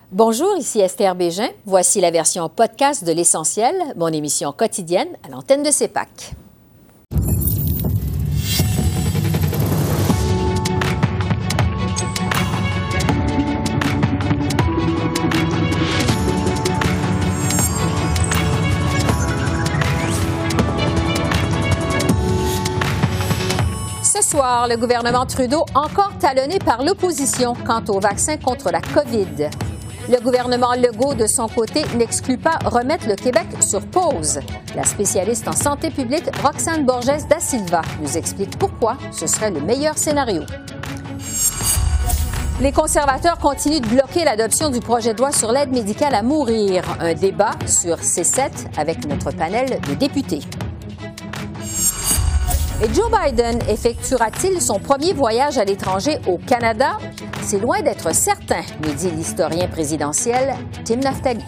Bonjour, ici Esther Bégin. Voici la version podcast de L'Essentiel, mon émission quotidienne à l'antenne de CEPAC. Ce soir, le gouvernement Trudeau encore talonné par l'opposition quant au vaccin contre la COVID. Le gouvernement Legault, de son côté, n'exclut pas remettre le Québec sur pause. La spécialiste en santé publique, Roxane Borges da Silva, nous explique pourquoi ce serait le meilleur scénario. Les conservateurs continuent de bloquer l'adoption du projet de loi sur l'aide médicale à mourir. Un débat sur C7 avec notre panel de députés. Et Joe Biden effectuera-t-il son premier voyage à l'étranger au Canada? C'est loin d'être certain, nous dit l'historien présidentiel Tim Naftali.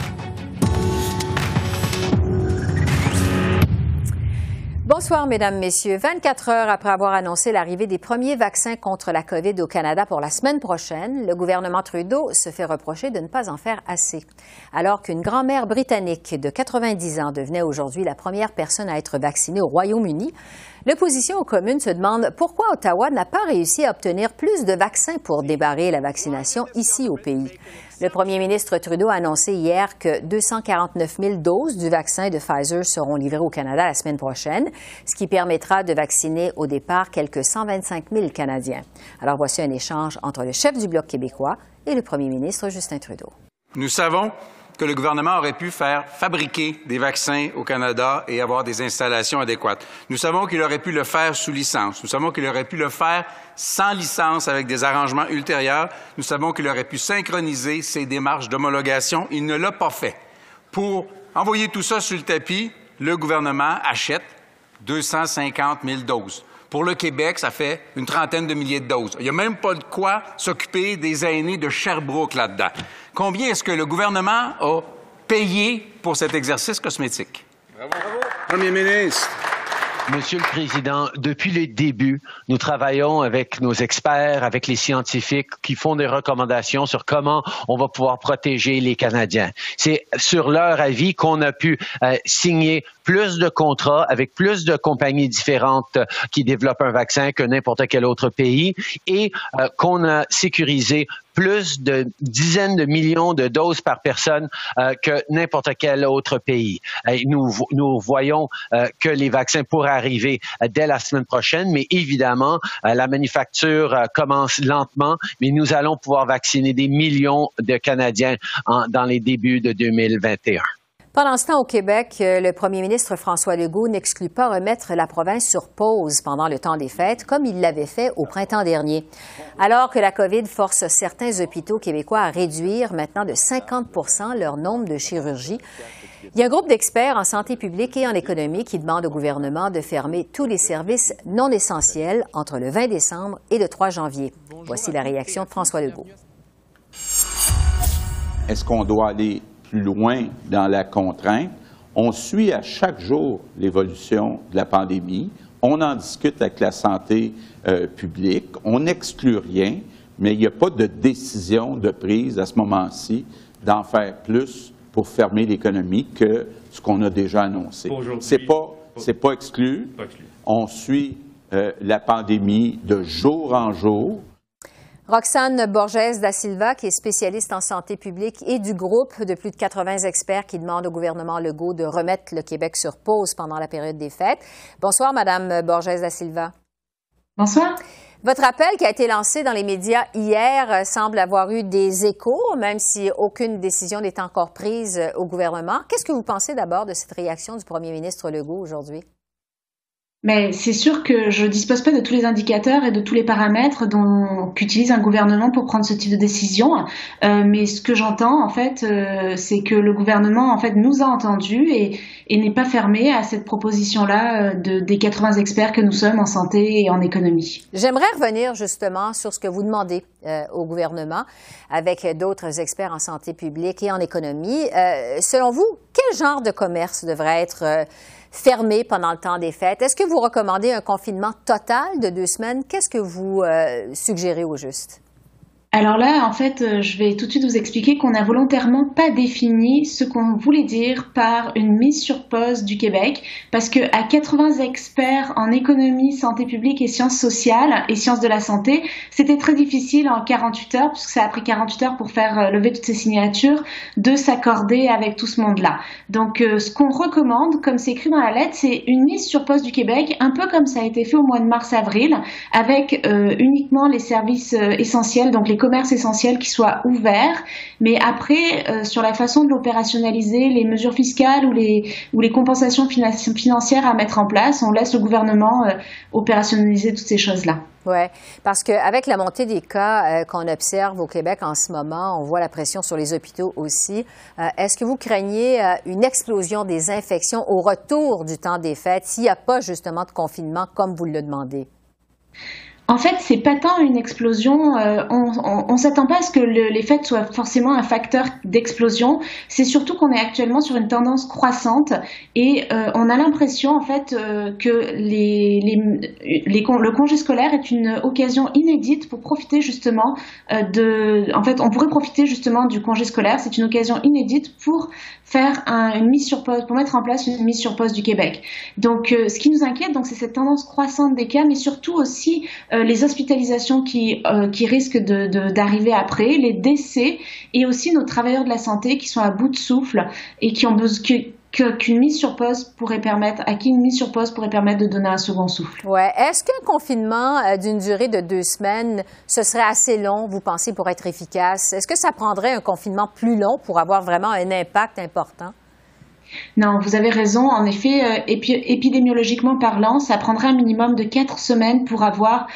Bonsoir, Mesdames, Messieurs. 24 heures après avoir annoncé l'arrivée des premiers vaccins contre la COVID au Canada pour la semaine prochaine, le gouvernement Trudeau se fait reprocher de ne pas en faire assez. Alors qu'une grand-mère britannique de 90 ans devenait aujourd'hui la première personne à être vaccinée au Royaume-Uni, l'opposition aux communes se demande pourquoi Ottawa n'a pas réussi à obtenir plus de vaccins pour débarrer la vaccination ici au pays. Le premier ministre Trudeau a annoncé hier que 249 000 doses du vaccin de Pfizer seront livrées au Canada la semaine prochaine, ce qui permettra de vacciner au départ quelques 125 000 Canadiens. Alors voici un échange entre le chef du Bloc québécois et le premier ministre Justin Trudeau. Nous savons que le gouvernement aurait pu faire fabriquer des vaccins au Canada et avoir des installations adéquates. Nous savons qu'il aurait pu le faire sous licence. Nous savons qu'il aurait pu le faire sans licence avec des arrangements ultérieurs. Nous savons qu'il aurait pu synchroniser ses démarches d'homologation. Il ne l'a pas fait. Pour envoyer tout ça sur le tapis, le gouvernement achète 250 000 doses. Pour le Québec, ça fait une trentaine de milliers de doses. Il n'y a même pas de quoi s'occuper des aînés de Sherbrooke là-dedans. Combien est-ce que le gouvernement a payé pour cet exercice cosmétique? Bravo. Premier ministre. Monsieur le Président, depuis le début, nous travaillons avec nos experts, avec les scientifiques qui font des recommandations sur comment on va pouvoir protéger les Canadiens. C'est sur leur avis qu'on a pu signer plus de contrats avec plus de compagnies différentes qui développent un vaccin que n'importe quel autre pays et qu'on a sécurisé plus de dizaines de millions de doses par personne que n'importe quel autre pays. Nous voyons que les vaccins pourraient arriver dès la semaine prochaine, mais évidemment, la manufacture commence lentement, mais nous allons pouvoir vacciner des millions de Canadiens dans les débuts de 2021. Pendant ce temps, au Québec, le premier ministre François Legault n'exclut pas remettre la province sur pause pendant le temps des fêtes, comme il l'avait fait au printemps dernier. Alors que la COVID force certains hôpitaux québécois à réduire maintenant de 50 % leur nombre de chirurgies, il y a un groupe d'experts en santé publique et en économie qui demande au gouvernement de fermer tous les services non essentiels entre le 20 décembre et le 3 janvier. Voici la réaction de François Legault. Est-ce qu'on doit aller plus loin dans la contrainte? On suit à chaque jour l'évolution de la pandémie. On en discute avec la santé publique. On n'exclut rien, mais il n'y a pas de décision de prise à ce moment-ci d'en faire plus pour fermer l'économie que ce qu'on a déjà annoncé. C'est pas exclu. On suit la pandémie de jour en jour. Roxane Borges da Silva, qui est spécialiste en santé publique et du groupe de plus de 80 experts qui demandent au gouvernement Legault de remettre le Québec sur pause pendant la période des fêtes. Bonsoir, Madame Borges da Silva. Bonsoir. Votre appel qui a été lancé dans les médias hier semble avoir eu des échos, même si aucune décision n'est encore prise au gouvernement. Qu'est-ce que vous pensez d'abord de cette réaction du premier ministre Legault aujourd'hui? Mais c'est sûr que je dispose pas de tous les indicateurs et de tous les paramètres qu'utilise un gouvernement pour prendre ce type de décision. Mais ce que j'entends, en fait, c'est que le gouvernement, en fait, nous a entendus et n'est pas fermé à cette proposition-là des 80 experts que nous sommes en santé et en économie. J'aimerais revenir justement sur ce que vous demandez au gouvernement avec d'autres experts en santé publique et en économie. Selon vous, quel genre de commerce devrait être fermé pendant le temps des fêtes? Est-ce que vous recommandez un confinement total de 2 semaines? Qu'est-ce que vous suggérez au juste? Alors là, en fait, je vais tout de suite vous expliquer qu'on n'a volontairement pas défini ce qu'on voulait dire par une mise sur pause du Québec, parce que à 80 experts en économie, santé publique et sciences sociales et sciences de la santé, c'était très difficile en 48 heures, puisque ça a pris 48 heures pour faire lever toutes ces signatures, de s'accorder avec tout ce monde-là. Donc, ce qu'on recommande, comme c'est écrit dans la lettre, c'est une mise sur pause du Québec, un peu comme ça a été fait au mois de mars-avril, avec uniquement les services essentiels, donc les commerces essentiels qui soient ouverts, mais après, sur la façon de l'opérationnaliser, les mesures fiscales ou les compensations financières à mettre en place, on laisse le gouvernement opérationnaliser toutes ces choses-là. Oui, parce qu'avec la montée des cas qu'on observe au Québec en ce moment, on voit la pression sur les hôpitaux aussi. Est-ce que vous craignez une explosion des infections au retour du temps des fêtes s'il n'y a pas justement de confinement comme vous le demandez? En fait, c'est pas tant une explosion. On s'attend pas à ce que les fêtes soient forcément un facteur d'explosion. C'est surtout qu'on est actuellement sur une tendance croissante et on a l'impression en fait que le congé scolaire est une occasion inédite pour profiter justement En fait, on pourrait profiter justement du congé scolaire. C'est une occasion inédite pour faire une mise sur pause, pour mettre en place une mise sur pause du Québec. Donc, ce qui nous inquiète, donc, c'est cette tendance croissante des cas, mais surtout aussi les hospitalisations qui risquent d'arriver après, les décès et aussi nos travailleurs de la santé qui sont à bout de souffle et qui ont besoin qu'une mise sur pause pourrait permettre de donner un second souffle. Ouais. Est-ce qu'un confinement d'une durée de 2 semaines, ce serait assez long, vous pensez, pour être efficace? Est-ce que ça prendrait un confinement plus long pour avoir vraiment un impact important? Non, vous avez raison. En effet, épidémiologiquement parlant, ça prendrait un minimum de 4 semaines pour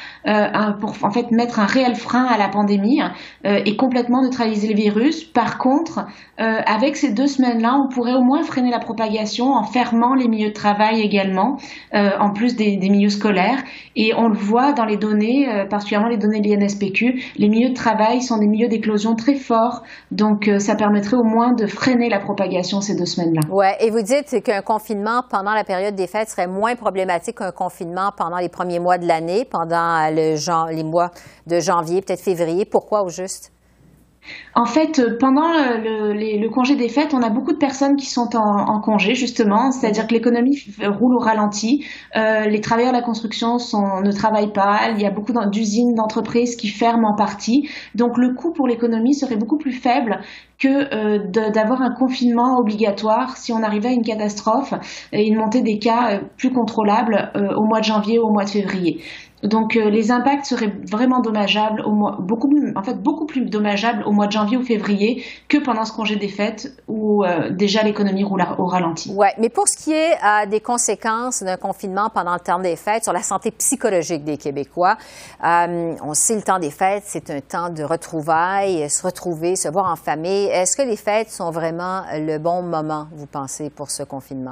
pour en fait mettre un réel frein à la pandémie et complètement neutraliser le virus. Par contre, avec ces 2 semaines-là, on pourrait au moins freiner la propagation en fermant les milieux de travail également, en plus des milieux scolaires. Et on le voit dans les données, particulièrement les données de l'INSPQ, les milieux de travail sont des milieux d'éclosion très forts. Donc, ça permettrait au moins de freiner la propagation ces 2 semaines-là. Ouais. Et vous dites qu'un confinement pendant la période des fêtes serait moins problématique qu'un confinement pendant les premiers mois de l'année, pendant les mois de janvier, peut-être février. Pourquoi au juste? En fait, pendant le congé des fêtes, on a beaucoup de personnes qui sont en congé, justement, c'est-à-dire que l'économie roule au ralenti, les travailleurs de la construction ne travaillent pas, il y a beaucoup d'usines, d'entreprises qui ferment en partie, donc le coût pour l'économie serait beaucoup plus faible que d'avoir un confinement obligatoire si on arrivait à une catastrophe et une montée des cas plus contrôlable au mois de janvier ou au mois de février. Donc les impacts seraient vraiment dommageables beaucoup plus dommageables au mois de janvier ou février que pendant ce congé des fêtes où déjà l'économie roule au ralenti. Ouais, mais pour ce qui est des conséquences d'un confinement pendant le temps des fêtes sur la santé psychologique des Québécois, on sait le temps des fêtes, c'est un temps de retrouvailles, se retrouver, se voir en famille. Est-ce que les fêtes sont vraiment le bon moment, vous pensez, pour ce confinement?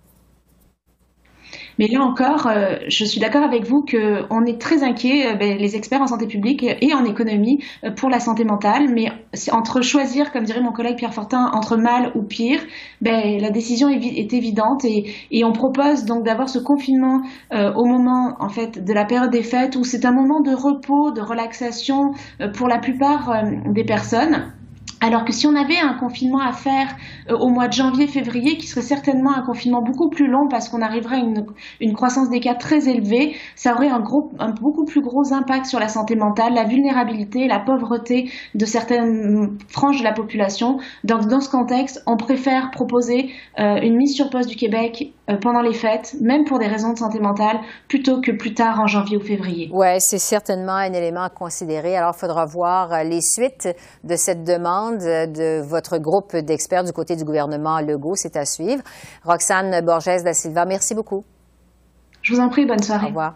Mais là encore, je suis d'accord avec vous qu'on est très inquiets, les experts en santé publique et en économie, pour la santé mentale. Mais entre choisir, comme dirait mon collègue Pierre Fortin, entre mal ou pire, la décision est évidente et on propose donc d'avoir ce confinement au moment en fait de la période des fêtes où c'est un moment de repos, de relaxation pour la plupart des personnes. Alors que si on avait un confinement à faire au mois de janvier-février, qui serait certainement un confinement beaucoup plus long parce qu'on arriverait à une croissance des cas très élevée, ça aurait un beaucoup plus gros impact sur la santé mentale, la vulnérabilité, la pauvreté de certaines franges de la population. Donc dans ce contexte, on préfère proposer une mise sur pause du Québec pendant les fêtes, même pour des raisons de santé mentale, plutôt que plus tard en janvier ou février. Oui, c'est certainement un élément à considérer. Alors, il faudra voir les suites de cette demande de votre groupe d'experts du côté du gouvernement Legault. C'est à suivre. Roxane Borges da Silva, merci beaucoup. Je vous en prie, bonne soirée. Au revoir.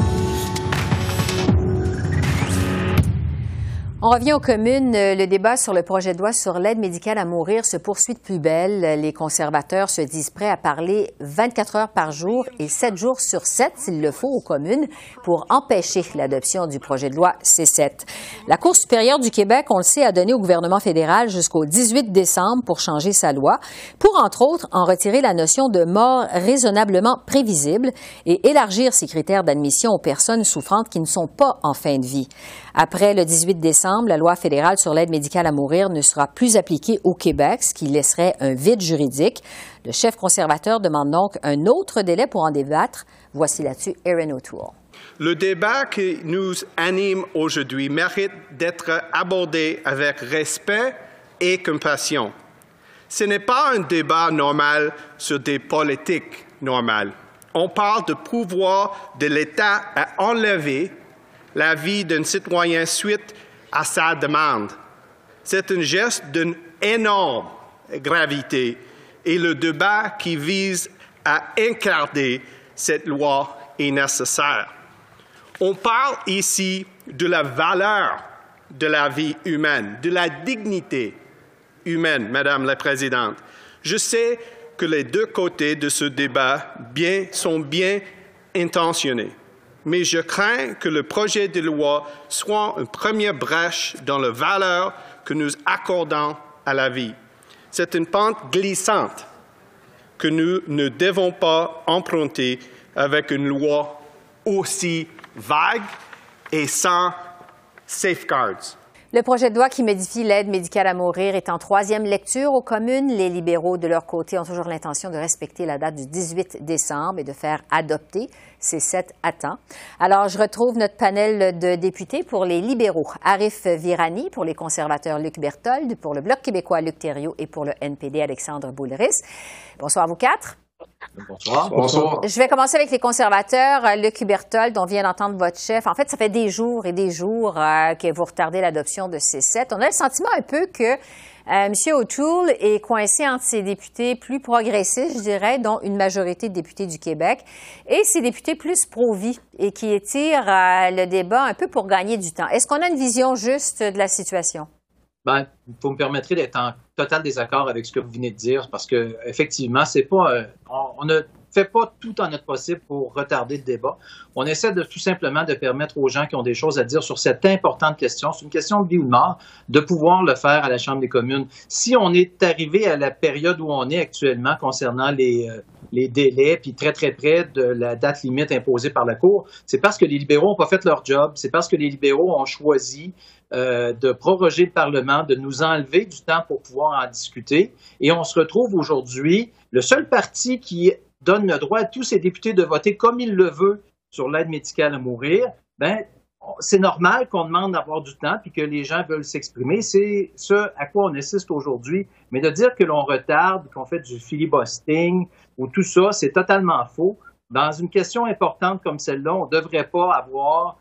On revient aux communes. Le débat sur le projet de loi sur l'aide médicale à mourir se poursuit de plus belle. Les conservateurs se disent prêts à parler 24 heures par jour et 7 jours sur 7, s'il le faut, aux communes pour empêcher l'adoption du projet de loi C7. La Cour supérieure du Québec, on le sait, a donné au gouvernement fédéral jusqu'au 18 décembre pour changer sa loi, pour, entre autres, en retirer la notion de mort raisonnablement prévisible et élargir ses critères d'admission aux personnes souffrantes qui ne sont pas en fin de vie. Après le 18 décembre, décembre, la loi fédérale sur l'aide médicale à mourir ne sera plus appliquée au Québec, ce qui laisserait un vide juridique. Le chef conservateur demande donc un autre délai pour en débattre. Voici là-dessus Erin O'Toole. Le débat qui nous anime aujourd'hui mérite d'être abordé avec respect et compassion. Ce n'est pas un débat normal sur des politiques normales. On parle du pouvoir de l'État à enlever la vie d'un citoyen suite à sa demande. C'est un geste d'une énorme gravité et le débat qui vise à incarner cette loi est nécessaire. On parle ici de la valeur de la vie humaine, de la dignité humaine, Madame la Présidente. Je sais que les deux côtés de ce débat sont bien intentionnés, mais je crains que le projet de loi soit une première brèche dans la valeur que nous accordons à la vie. C'est une pente glissante que nous ne devons pas emprunter avec une loi aussi vague et sans safeguards. Le projet de loi qui modifie l'aide médicale à mourir est en troisième lecture aux communes. Les libéraux, de leur côté, ont toujours l'intention de respecter la date du 18 décembre et de faire adopter ces 7 à temps. Alors, je retrouve notre panel de députés pour les libéraux. Arif Virani, pour les conservateurs, Luc Berthold, pour le Bloc québécois, Luc Thériault, et pour le NPD, Alexandre Boulris. Bonsoir à vous quatre. Bonsoir. Bonsoir. Je vais commencer avec les conservateurs. Luc Berthold, on vient d'entendre votre chef. En fait, ça fait des jours et des jours que vous retardez l'adoption de ces 7. On a le sentiment un peu que M. O'Toole est coincé entre ses députés plus progressistes, je dirais, dont une majorité de députés du Québec, et ses députés plus pro-vie et qui étirent le débat un peu pour gagner du temps. Est-ce qu'on a une vision juste de la situation? Bien, vous me permettrez d'être en total désaccord avec ce que vous venez de dire, parce que effectivement, c'est pas, on ne fait pas tout en notre possible pour retarder le débat. On essaie de tout simplement de permettre aux gens qui ont des choses à dire sur cette importante question, c'est une question de vie ou de mort, de pouvoir le faire à la Chambre des communes. Si on est arrivé à la période où on est actuellement concernant les délais, puis très, très près de la date limite imposée par la Cour, c'est parce que les libéraux n'ont pas fait leur job, c'est parce que les libéraux ont choisi de proroger le Parlement, de nous enlever du temps pour pouvoir en discuter. Et on se retrouve aujourd'hui, le seul parti qui donne le droit à tous ses députés de voter comme il le veut sur l'aide médicale à mourir, bien, c'est normal qu'on demande d'avoir du temps puis que les gens veulent s'exprimer. C'est ce à quoi on assiste aujourd'hui. Mais de dire que l'on retarde, qu'on fait du filibustering ou tout ça, c'est totalement faux. Dans une question importante comme celle-là, on ne devrait pas avoir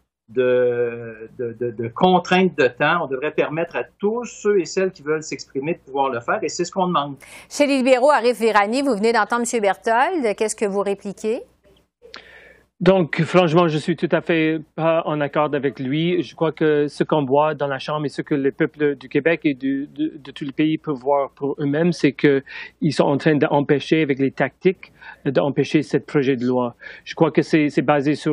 de contraintes de temps. On devrait permettre à tous ceux et celles qui veulent s'exprimer de pouvoir le faire, et c'est ce qu'on demande. Chez les libéraux, Arif Virani, vous venez d'entendre M. Berthold. Qu'est-ce que vous répliquez? Donc, franchement, je suis tout à fait pas en accord avec lui. Je crois que ce qu'on voit dans la Chambre et ce que le peuple du Québec et de tous les pays peuvent voir pour eux-mêmes, c'est qu'ils sont en train d'empêcher, avec les tactiques, d'empêcher ce projet de loi. Je crois que c'est basé sur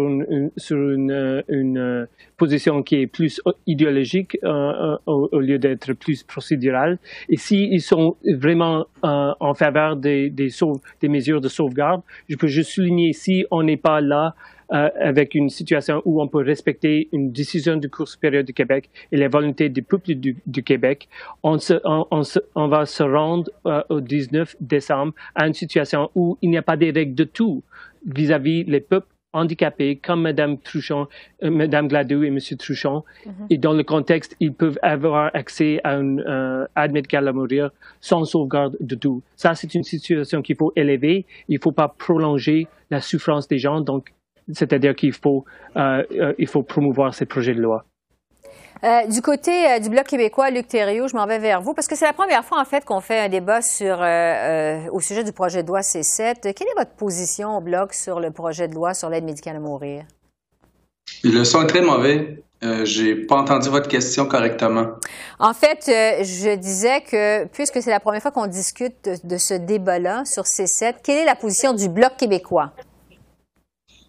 une position qui est plus idéologique au lieu d'être plus procédurale. Et s'ils sont vraiment en faveur des mesures de sauvegarde, je peux juste souligner ici, on n'est pas là avec une situation où on peut respecter une décision du Cour supérieur du Québec et la volonté du peuple du Québec. On va se rendre au 19 décembre à une situation où il n'y a pas de règles de tout vis-à-vis les peuples handicapés comme Mme Truchon, Mme Gladue et M. Truchon. Et dans le contexte, ils peuvent avoir accès à une aide médicale à mourir sans sauvegarde de tout. Ça, c'est une situation qu'il faut élever. Il ne faut pas prolonger la souffrance des gens. Donc, c'est-à-dire qu'il faut promouvoir ces projets de loi. Du côté du Bloc québécois, Luc Thériault, je m'en vais vers vous, parce que c'est la première fois, en fait, qu'on fait un débat au sujet du projet de loi C7. Quelle est votre position au Bloc sur le projet de loi sur l'aide médicale à mourir? Le son est très mauvais. J'ai pas entendu votre question correctement. En fait, je disais que, puisque c'est la première fois qu'on discute de ce débat-là sur C7, quelle est la position du Bloc québécois?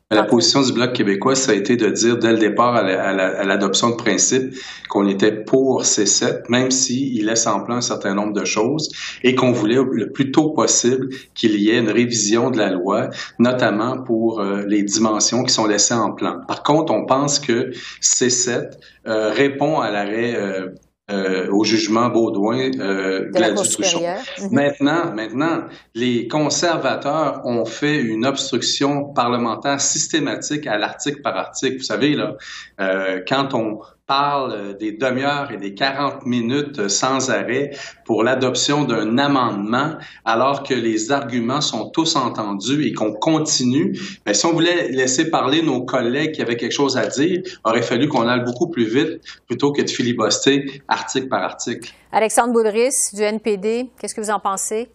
La position du Bloc québécois, ça a été de dire dès le départ à l'adoption de principe qu'on était pour C7, même s'il laisse en plan un certain nombre de choses et qu'on voulait le plus tôt possible qu'il y ait une révision de la loi, notamment pour les dimensions qui sont laissées en plan. Par contre, on pense que C7 répond à l'arrêt au jugement Baudouin Gladu-Truchon. Maintenant, les conservateurs ont fait une obstruction parlementaire systématique à l'article par article. Vous savez, là, quand on parle des demi-heures et des 40 minutes sans arrêt pour l'adoption d'un amendement, alors que les arguments sont tous entendus et qu'on continue, bien, si on voulait laisser parler nos collègues qui avaient quelque chose à dire, il aurait fallu qu'on aille beaucoup plus vite plutôt que de filibuster article par article. Alexandre Boulris, du NPD, qu'est-ce que vous en pensez?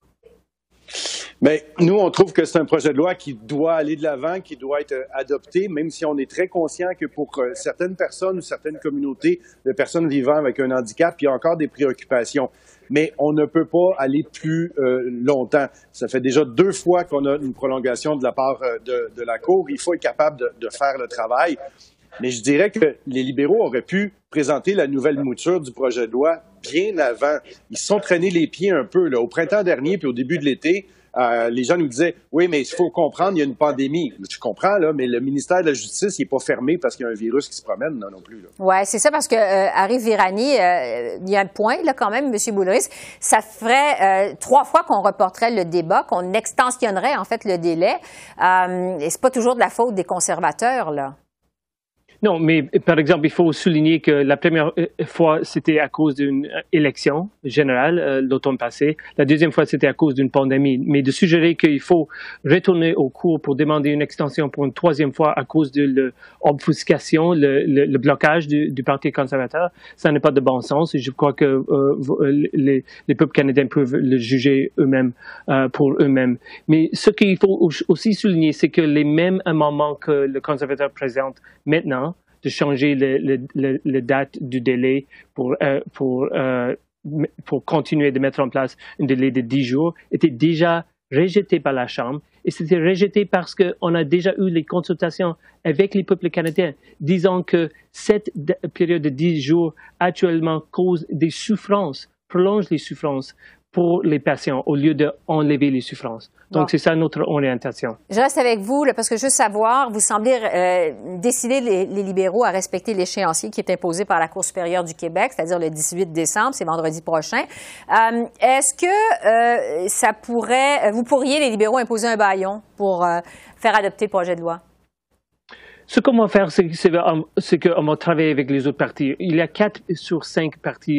Bien, nous, on trouve que c'est un projet de loi qui doit aller de l'avant, qui doit être adopté, même si on est très conscient que pour certaines personnes ou certaines communautés de personnes vivant avec un handicap, il y a encore des préoccupations. Mais on ne peut pas aller plus longtemps. Ça fait déjà 2 fois qu'on a une prolongation de la part de la Cour. Il faut être capable de faire le travail. Mais je dirais que les libéraux auraient pu présenter la nouvelle mouture du projet de loi bien avant. Ils se sont traînés les pieds un peu. Là. Au printemps dernier puis au début de l'été, les gens nous disaient « Oui, mais il faut comprendre, il y a une pandémie. » Je comprends, là, mais le ministère de la Justice, il n'est pas fermé parce qu'il y a un virus qui se promène non plus. Oui, c'est ça, parce que Arif Virani, il y a un point, là, quand même, M. Boulris. Ça ferait 3 fois qu'on reporterait le débat, qu'on extensionnerait, en fait, le délai. Et c'est pas toujours de la faute des conservateurs, là. Non, mais par exemple, il faut souligner que la première fois, c'était à cause d'une élection générale l'automne passé. La deuxième fois, c'était à cause d'une pandémie. Mais de suggérer qu'il faut retourner au cours pour demander une extension pour une 3e fois à cause de l'obfuscation, le blocage du Parti conservateur, ça n'est pas de bon sens. Et je crois que les peuples canadiens peuvent le juger eux-mêmes pour eux-mêmes. Mais ce qu'il faut aussi souligner, c'est que les mêmes amendements que le conservateur présente maintenant, de changer la date du délai pour continuer de mettre en place un délai de 10 jours, était déjà rejeté par la Chambre. Et c'était rejeté parce qu'on a déjà eu les consultations avec les peuples canadiens, disant que cette période de 10 jours actuellement cause des souffrances, prolonge les souffrances pour les patients au lieu d'enlever les souffrances. Donc, c'est ça notre orientation. Je reste avec vous, là, parce que juste savoir, vous semblez décider les libéraux à respecter l'échéancier qui est imposé par la Cour supérieure du Québec, c'est-à-dire le 18 décembre, c'est vendredi prochain. Est-ce que ça pourrait, vous pourriez, les libéraux, imposer un bâillon pour faire adopter le projet de loi? Ce qu'on va faire, c'est qu'on va travailler avec les autres partis. Il y a 4 sur 5 partis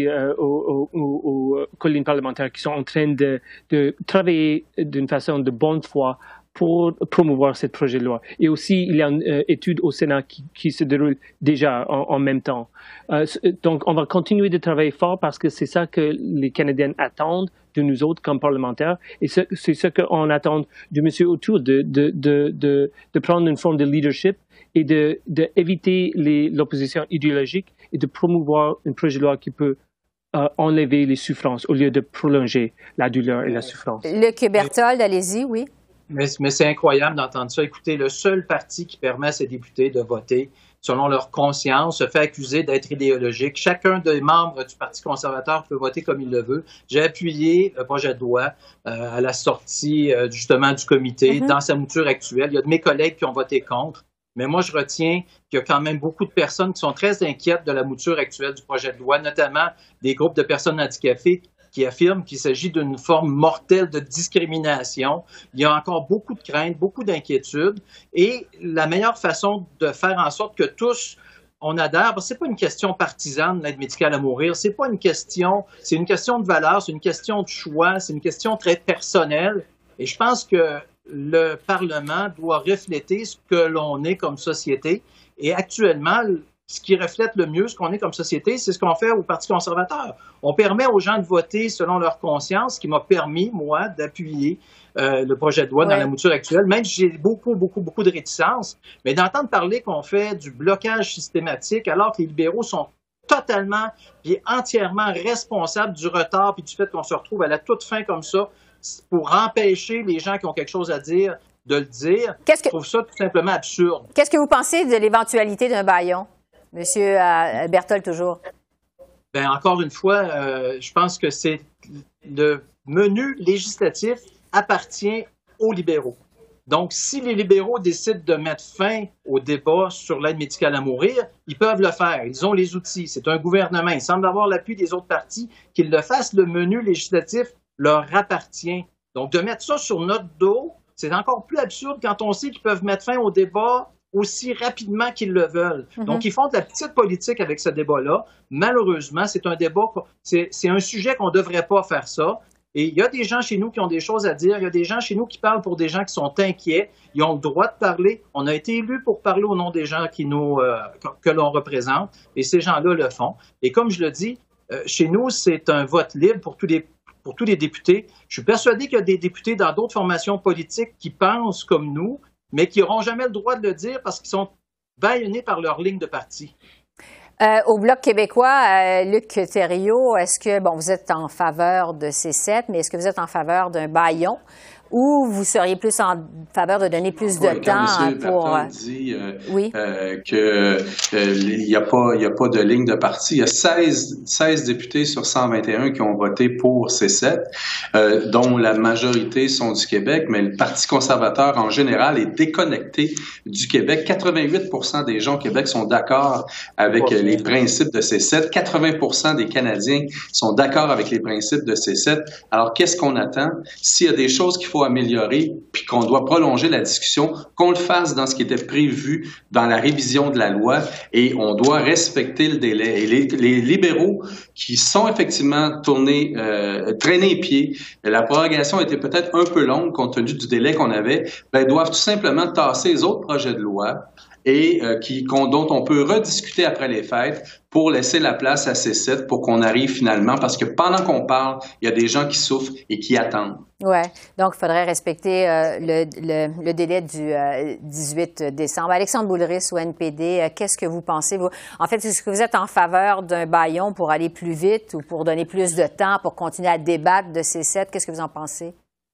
aux collines parlementaires qui sont en train de travailler d'une façon de bonne foi pour promouvoir ce projet de loi. Et aussi, il y a une étude au Sénat qui se déroule déjà en même temps. Donc, on va continuer de travailler fort parce que c'est ça que les Canadiens attendent de nous autres comme parlementaires. Et c'est ce qu'on attend de M. O'Toole, de prendre une forme de leadership et d'éviter l'opposition idéologique et de promouvoir un projet de loi qui peut enlever les souffrances au lieu de prolonger la douleur et la souffrance. Luc Berthold, allez-y, oui. Mais c'est incroyable d'entendre ça. Écoutez, le seul parti qui permet à ses députés de voter selon leur conscience se fait accuser d'être idéologique. Chacun des membres du Parti conservateur peut voter comme il le veut. J'ai appuyé le projet de loi à la sortie justement du comité dans sa mouture actuelle. Il y a de mes collègues qui ont voté contre. Mais moi, je retiens qu'il y a quand même beaucoup de personnes qui sont très inquiètes de la mouture actuelle du projet de loi, notamment des groupes de personnes handicapées qui affirment qu'il s'agit d'une forme mortelle de discrimination. Il y a encore beaucoup de craintes, beaucoup d'inquiétudes. Et la meilleure façon de faire en sorte que tous on adhère, parce que c'est pas une question partisane, l'aide médicale à mourir, c'est pas une question, c'est une question de valeur, c'est une question de choix, c'est une question très personnelle. Et je pense que le Parlement doit refléter ce que l'on est comme société. Et actuellement, ce qui reflète le mieux ce qu'on est comme société, c'est ce qu'on fait au Parti conservateur. On permet aux gens de voter selon leur conscience, ce qui m'a permis, moi, d'appuyer le projet de loi dans la mouture actuelle, même si j'ai beaucoup de réticence. Mais d'entendre parler qu'on fait du blocage systématique alors que les libéraux sont totalement et entièrement responsables du retard puis du fait qu'on se retrouve à la toute fin comme ça pour empêcher les gens qui ont quelque chose à dire de le dire. Je trouve ça tout simplement absurde. Qu'est-ce que vous pensez de l'éventualité d'un bâillon, Monsieur Berthold, toujours? Bien, encore une fois, je pense que c'est le menu législatif appartient aux libéraux. Donc, si les libéraux décident de mettre fin au débat sur l'aide médicale à mourir, ils peuvent le faire. Ils ont les outils. C'est un gouvernement. Il semble avoir l'appui des autres partis. Qu'ils le fassent, le menu législatif leur appartient. Donc, de mettre ça sur notre dos, c'est encore plus absurde quand on sait qu'ils peuvent mettre fin au débat aussi rapidement qu'ils le veulent. Donc, ils font de la petite politique avec ce débat-là. Malheureusement, c'est un débat, c'est un sujet qu'on ne devrait pas faire ça. Et il y a des gens chez nous qui ont des choses à dire. Il y a des gens chez nous qui parlent pour des gens qui sont inquiets. Ils ont le droit de parler. On a été élus pour parler au nom des gens que l'on représente. Et ces gens-là le font. Et comme je le dis, chez nous, c'est un vote libre pour tous les députés. Je suis persuadé qu'il y a des députés dans d'autres formations politiques qui pensent comme nous, mais qui n'auront jamais le droit de le dire parce qu'ils sont bâillonnés par leur ligne de parti. Au Bloc québécois, Luc Thériault, est-ce que, vous êtes en faveur de C7, mais est-ce que vous êtes en faveur d'un bâillon ou vous seriez plus en faveur de donner plus de temps pour... dit qu'il n'y a pas de ligne de parti. Il y a 16 députés sur 121 qui ont voté pour C7, dont la majorité sont du Québec, mais le Parti conservateur en général est déconnecté du Québec. 88% des gens au Québec sont d'accord avec les principes de C7. 80% des Canadiens sont d'accord avec les principes de C7. Alors, qu'est-ce qu'on attend? S'il y a des choses qu'il faut améliorer, puis qu'on doit prolonger la discussion, qu'on le fasse dans ce qui était prévu dans la révision de la loi, et on doit respecter le délai. Et les libéraux qui sont effectivement traînés les pieds, la prorogation était peut-être un peu longue compte tenu du délai qu'on avait, doivent tout simplement tasser les autres projets de loi et dont on peut rediscuter après les fêtes pour laisser la place à C7 pour qu'on arrive finalement, parce que pendant qu'on parle, il y a des gens qui souffrent et qui attendent. Oui, donc il faudrait respecter le délai du 18 décembre. Alexandre Boulris au NPD, qu'est-ce que vous pensez, vous? En fait, est-ce que vous êtes en faveur d'un bâillon pour aller plus vite ou pour donner plus de temps pour continuer à débattre de C7? Qu'est-ce que vous en pensez?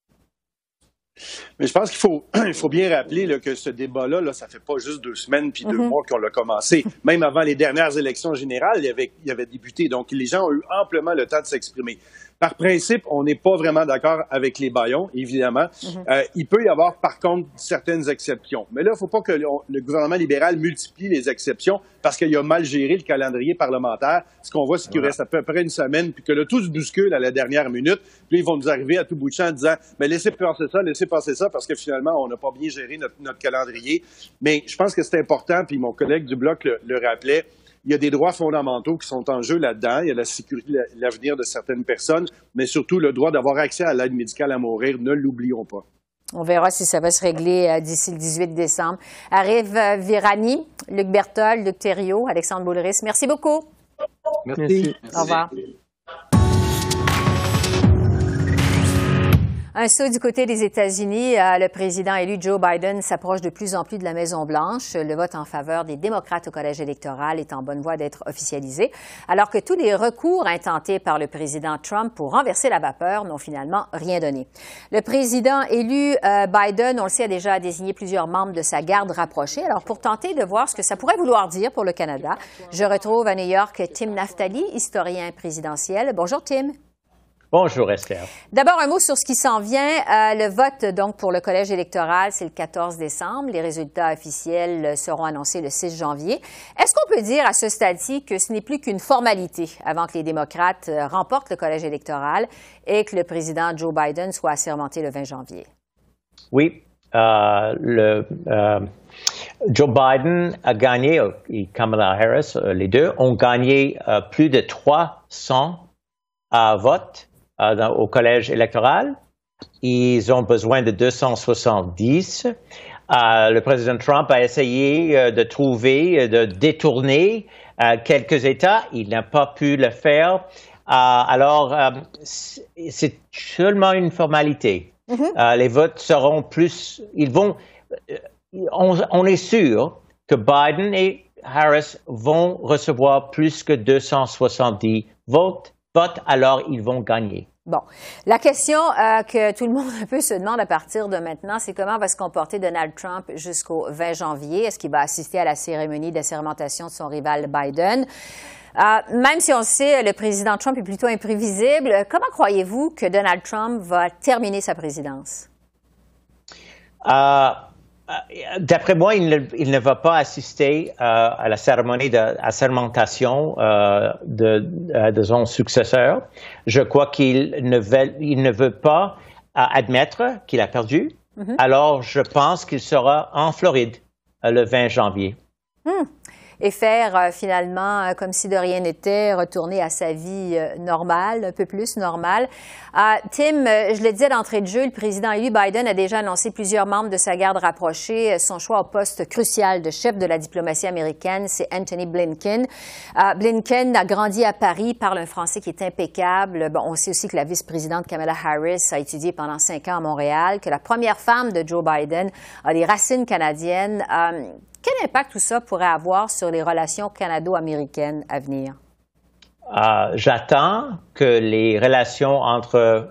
Mais je pense qu'il faut bien rappeler là, que ce débat-là, ça fait pas juste 2 semaines puis 2 mois qu'on l'a commencé. Même avant les dernières élections générales, il y avait débuté. Donc, les gens ont eu amplement le temps de s'exprimer. Par principe, on n'est pas vraiment d'accord avec les bâillons, évidemment. Il peut y avoir, par contre, certaines exceptions. Mais là, il ne faut pas que le gouvernement libéral multiplie les exceptions parce qu'il a mal géré le calendrier parlementaire. Ce qu'on voit, c'est qu'il reste à peu près une semaine, puis que là, tout se bouscule à la dernière minute. Puis ils vont nous arriver à tout bout de champ en disant « Mais laissez passer ça, parce que finalement, on n'a pas bien géré notre calendrier. » Mais je pense que c'est important, puis mon collègue du Bloc le rappelait, il y a des droits fondamentaux qui sont en jeu là-dedans. Il y a la sécurité, l'avenir de certaines personnes, mais surtout le droit d'avoir accès à l'aide médicale à mourir. Ne l'oublions pas. On verra si ça va se régler d'ici le 18 décembre. Arrive Virani, Luc Berthold, Luc Thériault, Alexandre Boulris. Merci beaucoup. Merci. Au revoir. Un saut du côté des États-Unis, le président élu Joe Biden s'approche de plus en plus de la Maison-Blanche. Le vote en faveur des démocrates au collège électoral est en bonne voie d'être officialisé, alors que tous les recours intentés par le président Trump pour renverser la vapeur n'ont finalement rien donné. Le président élu Biden, on le sait, a déjà désigné plusieurs membres de sa garde rapprochée. Alors, pour tenter de voir ce que ça pourrait vouloir dire pour le Canada, je retrouve à New York Tim Naftali, historien présidentiel. Bonjour, Tim. Bonjour, Esther. D'abord, un mot sur ce qui s'en vient. Le vote, donc, pour le collège électoral, c'est le 14 décembre. Les résultats officiels seront annoncés le 6 janvier. Est-ce qu'on peut dire à ce stade-ci que ce n'est plus qu'une formalité avant que les démocrates remportent le collège électoral et que le président Joe Biden soit assermenté le 20 janvier? Oui. Joe Biden a gagné, et Kamala Harris, les deux, ont gagné plus de 300 votes au collège électoral. Ils ont besoin de 270. Le président Trump a essayé de détourner quelques États. Il n'a pas pu le faire. Alors, c'est seulement une formalité. Les votes seront plus... on est sûr que Biden et Harris vont recevoir plus que 270 votes, alors ils vont gagner. Bon. La question que tout le monde un peu se demande à partir de maintenant, c'est comment va se comporter Donald Trump jusqu'au 20 janvier. Est-ce qu'il va assister à la cérémonie d'assermentation de son rival Biden? Même si on le sait, le président Trump est plutôt imprévisible, comment croyez-vous que Donald Trump va terminer sa présidence? D'après moi, il ne va pas assister à la cérémonie d'assermentation de son successeur. Je crois qu'il ne veut pas admettre qu'il a perdu. Mm-hmm. Alors, je pense qu'il sera en Floride le 20 janvier. Et faire finalement, comme si de rien n'était, retourner à sa vie normale, un peu plus normale. Tim, je le disais d'entrée de jeu, le président élu Biden a déjà annoncé plusieurs membres de sa garde rapprochée. Son choix au poste crucial de chef de la diplomatie américaine, c'est Antony Blinken. Blinken a grandi à Paris, parle un français qui est impeccable. Bon, on sait aussi que la vice-présidente Kamala Harris a étudié pendant 5 ans à Montréal, que la première femme de Joe Biden a des racines canadiennes. Quel impact tout ça pourrait avoir sur les relations canado-américaines à venir? J'attends que les relations entre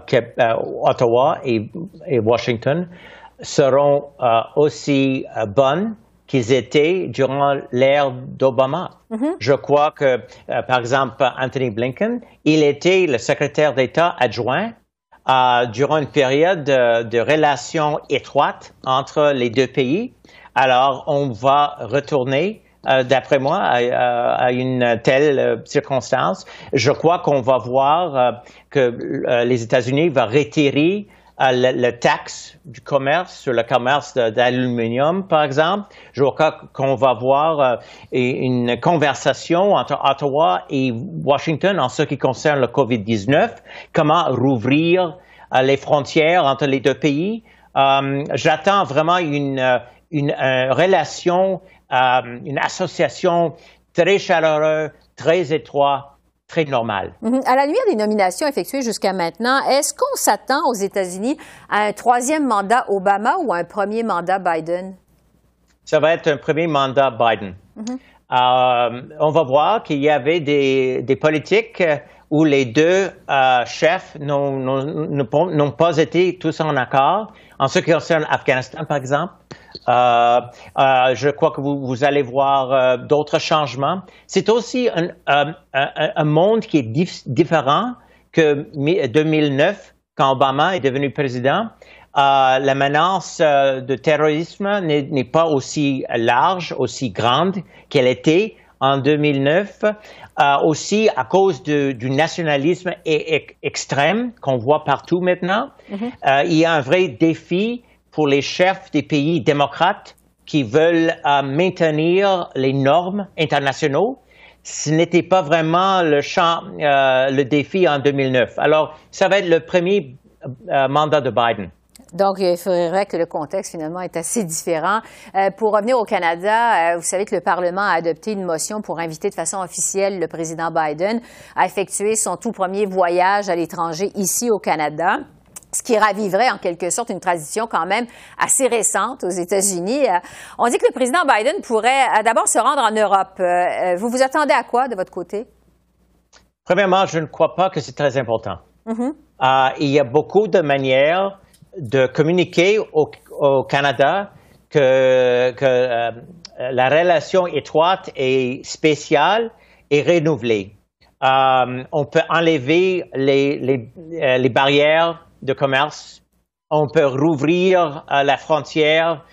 Ottawa et Washington seront aussi bonnes qu'ils étaient durant l'ère d'Obama. Mm-hmm. Je crois que, par exemple, Antony Blinken, il était le secrétaire d'État adjoint durant une période de relations étroites entre les deux pays. Alors, on va retourner, d'après moi, à une telle circonstance. Je crois qu'on va voir que les États-Unis vont retirer la taxe du commerce sur le commerce d'aluminium, par exemple. Je crois qu'on va voir une conversation entre Ottawa et Washington en ce qui concerne le COVID-19, comment rouvrir les frontières entre les deux pays. J'attends vraiment une relation, une association très chaleureuse, très étroite, très normale. Mm-hmm. À la lumière des nominations effectuées jusqu'à maintenant, est-ce qu'on s'attend aux États-Unis à un troisième mandat Obama ou à un premier mandat Biden? Ça va être un premier mandat Biden. Mm-hmm. On va voir qu'il y avait des politiques où les deux chefs n'ont pas été tous en accord. En ce qui concerne l'Afghanistan, par exemple, je crois que vous allez voir d'autres changements. C'est aussi un monde qui est différent que 2009, quand Obama est devenu président. La menace de terrorisme n'est pas aussi large, aussi grande qu'elle était en 2009, aussi à cause du nationalisme extrême qu'on voit partout maintenant. Mm-hmm. Il y a un vrai défi pour les chefs des pays démocrates qui veulent maintenir les normes internationaux. Ce n'était pas vraiment le défi en 2009. Alors, ça va être le premier mandat de Biden. Donc, il faudrait que le contexte, finalement, est assez différent. Pour revenir au Canada, vous savez que le Parlement a adopté une motion pour inviter de façon officielle le président Biden à effectuer son tout premier voyage à l'étranger ici au Canada, ce qui raviverait en quelque sorte une tradition quand même assez récente aux États-Unis. On dit que le président Biden pourrait d'abord se rendre en Europe. Vous vous attendez à quoi de votre côté? Premièrement, je ne crois pas que c'est très important. Mm-hmm. Il y a beaucoup de manières de communiquer au Canada que la relation étroite et spéciale est renouvelée. On peut enlever les barrières de commerce, on peut rouvrir la frontière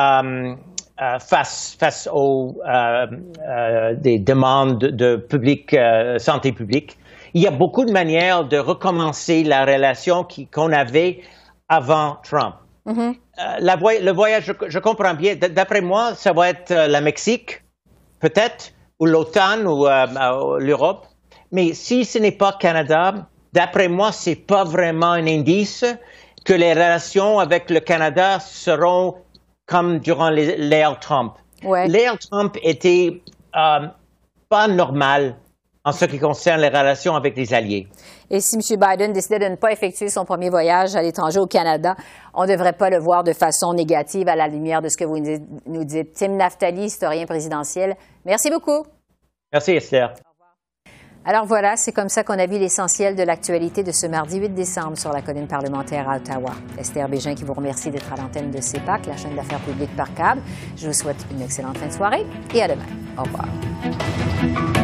face aux des demandes de santé publique. Il y a beaucoup de manières de recommencer la relation qu'on avait avant Trump. Mm-hmm. Le voyage, je comprends bien. D'après moi, ça va être la Mexique, peut-être, ou l'OTAN, ou l'Europe. Mais si ce n'est pas Canada, d'après moi, c'est pas vraiment un indice que les relations avec le Canada seront comme durant l'ère Trump. Ouais. L'ère Trump était pas normale en ce qui concerne les relations avec les alliés. Et si M. Biden décidait de ne pas effectuer son premier voyage à l'étranger au Canada, on ne devrait pas le voir de façon négative à la lumière de ce que vous nous dites. Tim Naftali, historien présidentiel, merci beaucoup. Merci, Esther. Alors voilà, c'est comme ça qu'on a vu l'essentiel de l'actualité de ce mardi 8 décembre sur la colline parlementaire à Ottawa. Esther Bégin qui vous remercie d'être à l'antenne de CEPAC, la chaîne d'affaires publiques par câble. Je vous souhaite une excellente fin de soirée et à demain. Au revoir.